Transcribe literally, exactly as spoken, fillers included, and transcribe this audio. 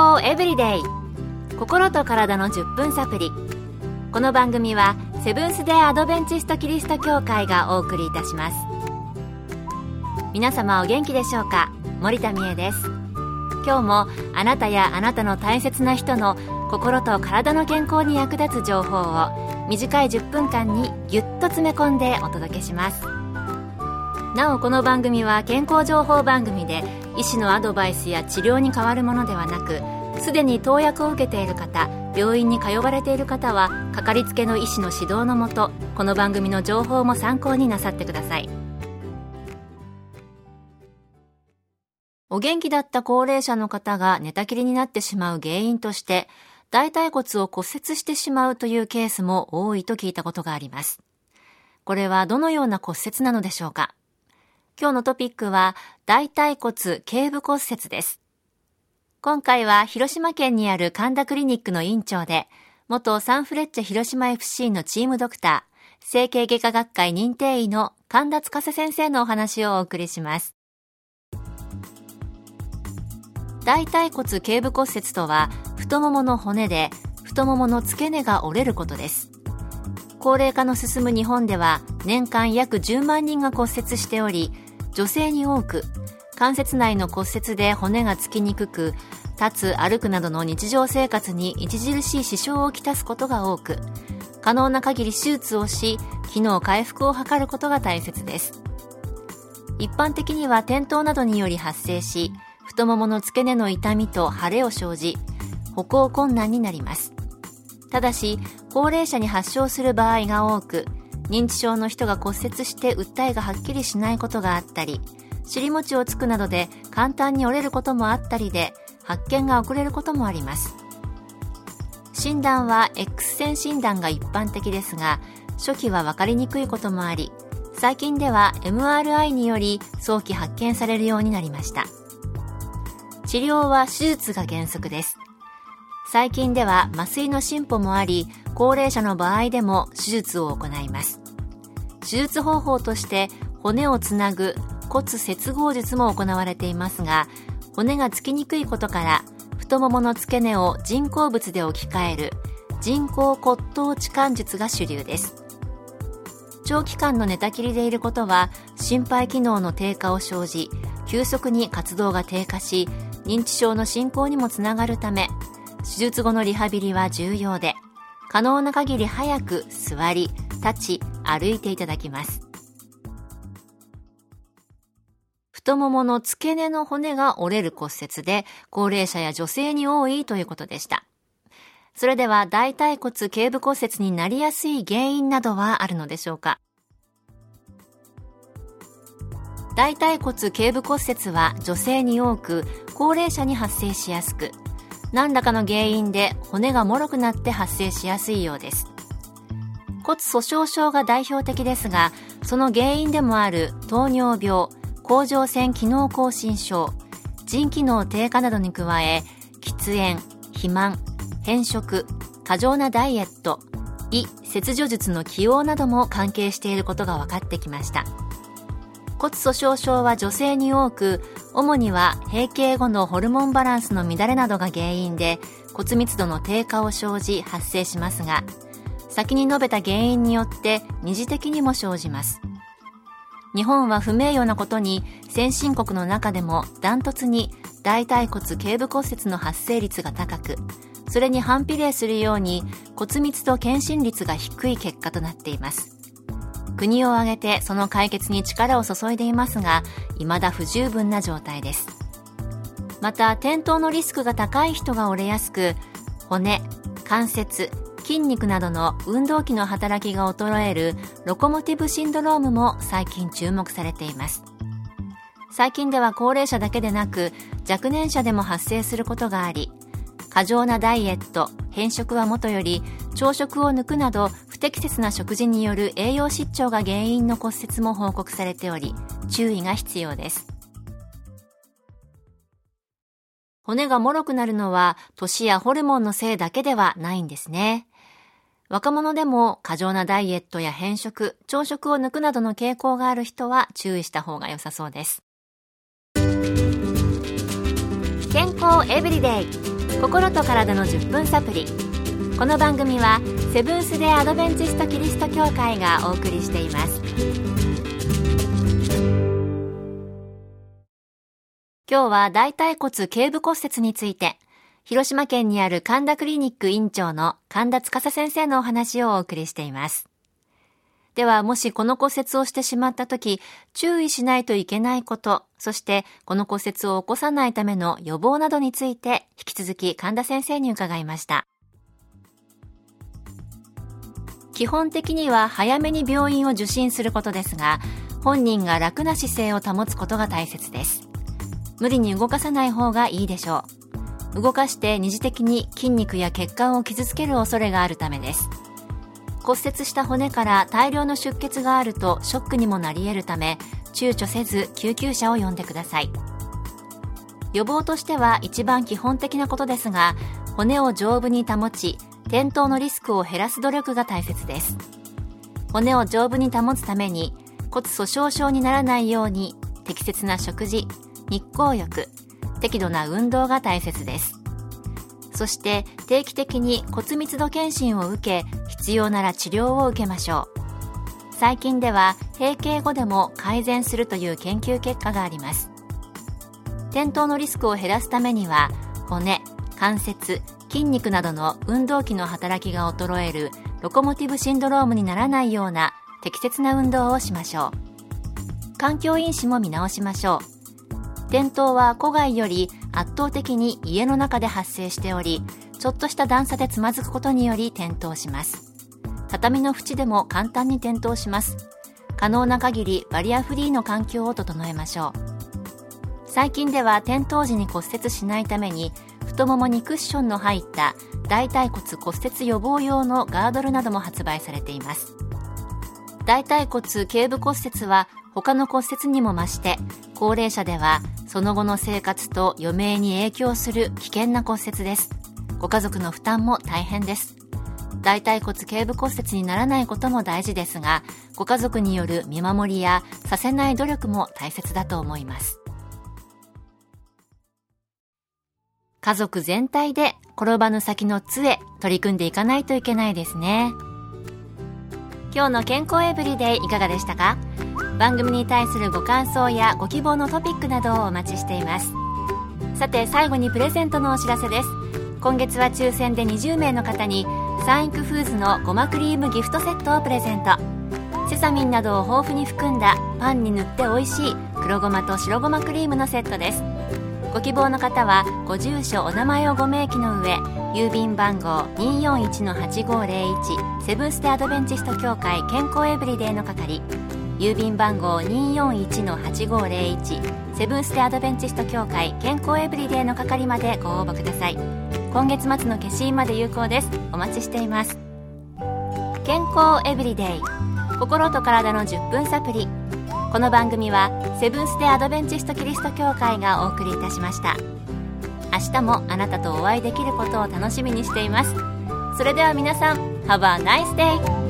康エブリデイ、心と体のじゅっぷんサプリ。この番組はセブンス・デー・アドベンチスト・キリスト教会がお送りいたします。皆様お元気でしょうか。森田美恵です。今日もあなたやあなたの大切な人の心と体の健康に役立つ情報を短いじゅっぷんかんにぎゅっと詰め込んでお届けします。なおこの番組は健康情報番組で、医師のアドバイスや治療に代わるものではなく、すでに投薬を受けている方、病院に通われている方はかかりつけの医師の指導のもと、この番組の情報も参考になさってください。お元気だった高齢者の方が寝たきりになってしまう原因として、大腿骨を骨折してしまうというケースも多いと聞いたことがあります。これはどのような骨折なのでしょうか。今日のトピックは大腿骨頸部骨折です。今回は広島県にある神田クリニックの院長で、元サンフレッチェ広島 エフシー のチームドクター、整形外科学会認定医の神田司先生のお話をお送りします。大腿骨頸部骨折とは、太ももの骨で太ももの付け根が折れることです。高齢化の進む日本では年間約じゅうまんにんが骨折しており、女性に多く、関節内の骨折で骨がつきにくく、立つ歩くなどの日常生活に著しい支障をきたすことが多く、可能な限り手術をし、機能回復を図ることが大切です。一般的には転倒などにより発生し、太ももの付け根の痛みと腫れを生じ、歩行困難になります。ただし、高齢者に発症する場合が多く、認知症の人が骨折して訴えがはっきりしないことがあったり、尻餅をつくなどで簡単に折れることもあったりで、発見が遅れることもあります。診断は X 線診断が一般的ですが、初期は分かりにくいこともあり、最近では エムアールアイ により早期発見されるようになりました。治療は手術が原則です。最近では麻酔の進歩もあり、高齢者の場合でも手術を行います。手術方法として骨をつなぐ骨接合術も行われていますが、骨がつきにくいことから太ももの付け根を人工物で置き換える人工骨頭置換術が主流です。長期間の寝たきりでいることは心肺機能の低下を生じ、急速に活動が低下し、認知症の進行にもつながるため、手術後のリハビリは重要で、可能な限り早く座り、立ち、歩いていただきます。太ももの付け根の骨が折れる骨折で、高齢者や女性に多いということでした。それでは大腿骨頸部骨折になりやすい原因などはあるのでしょうか。大腿骨頸部骨折は女性に多く、高齢者に発生しやすく、何らかの原因で骨が脆くなって発生しやすいようです。骨粗しょう症が代表的ですが、その原因でもある糖尿病、甲状腺機能亢進症、腎機能低下などに加え、喫煙、肥満、偏食、過剰なダイエット、胃切除術の起用なども関係していることが分かってきました。骨粗しょう症は女性に多く、主には閉経後のホルモンバランスの乱れなどが原因で骨密度の低下を生じ発生しますが、先に述べた原因によって二次的にも生じます。日本は不名誉なことに、先進国の中でもダントツに大腿骨頸部骨折の発生率が高く、それに反比例するように骨密度検診率が低い結果となっています。国を挙げてその解決に力を注いでいますが、未だ不十分な状態です。また、転倒のリスクが高い人が折れやすく、骨、関節、筋肉などの運動器の働きが衰えるロコモティブシンドロームも最近注目されています。最近では高齢者だけでなく、若年者でも発生することがあり、過剰なダイエット、偏食はもとより、朝食を抜くなど不適切な食事による栄養失調が原因の骨折も報告されており、注意が必要です。骨が脆くなるのは年やホルモンのせいだけではないんですね。若者でも過剰なダイエットや偏食、朝食を抜くなどの傾向がある人は注意した方が良さそうです。健康エブリデイ心と体のじゅっぷんサプリ。この番組はセブンス・デー・アドベンチスト・キリスト教会がお送りしています。今日は大腿骨頸部骨折について、広島県にある神田クリニック院長の神田司先生のお話をお送りしています。では、もしこの骨折をしてしまったとき、注意しないといけないこと、そしてこの骨折を起こさないための予防などについて、引き続き神田先生に伺いました。基本的には早めに病院を受診することですが、本人が楽な姿勢を保つことが大切です。無理に動かさない方がいいでしょう。動かして二次的に筋肉や血管を傷つける恐れがあるためです。骨折した骨から大量の出血があるとショックにもなり得るため、躊躇せず救急車を呼んでください。予防としては一番基本的なことですが、骨を丈夫に保ち、転倒のリスクを減らす努力が大切です。骨を丈夫に保つために骨粗しょう症にならないように、適切な食事、日光浴、適度な運動が大切です。そして定期的に骨密度検診を受け、必要なら治療を受けましょう。最近では閉経後でも改善するという研究結果があります。転倒のリスクを減らすためには、骨、関節、筋肉などの運動器の働きが衰えるロコモティブシンドロームにならないような適切な運動をしましょう。環境因子も見直しましょう。転倒は戸外より圧倒的に家の中で発生しており、ちょっとした段差でつまずくことにより転倒します。畳の縁でも簡単に転倒します。可能な限りバリアフリーの環境を整えましょう。最近では転倒時に骨折しないために、太ももにクッションの入った大腿骨骨折予防用のガードルなども発売されています。大腿骨頸部骨折は他の骨折にも増して、高齢者ではその後の生活と余命に影響する危険な骨折です。ご家族の負担も大変です。大腿骨頸部骨折にならないことも大事ですが、ご家族による見守りやさせない努力も大切だと思います。家族全体で転ばぬ先の杖、取り組んでいかないといけないですね。今日の健康エブリデイいかがでしたか？番組に対するご感想やご希望のトピックなどをお待ちしています。さて、最後にプレゼントのお知らせです。今月は抽選でにじゅうめいの方にサンイクフーズのごまクリームギフトセットをプレゼント。セサミンなどを豊富に含んだパンに塗って美味しい黒ごまと白ごまクリームのセットです。ご希望の方はご住所お名前をご明記の上、郵便番号 にーよんいちのはちごーぜろいち セブンス・デ・アドベンチスト協会健康エブリデイの係、郵便番号 にーよんいちのはちごーぜろいち セブンス・デ・アドベンチスト協会健康エブリデイの係までご応募ください。今月末の消印まで有効です。お待ちしています。健康エブリデイ、心と体のじゅっぷんサプリ。この番組はセブンス・デ・アドベンチスト・キリスト教会がお送りいたしました。明日もあなたとお会いできることを楽しみにしています。それでは皆さん、Have a nice day!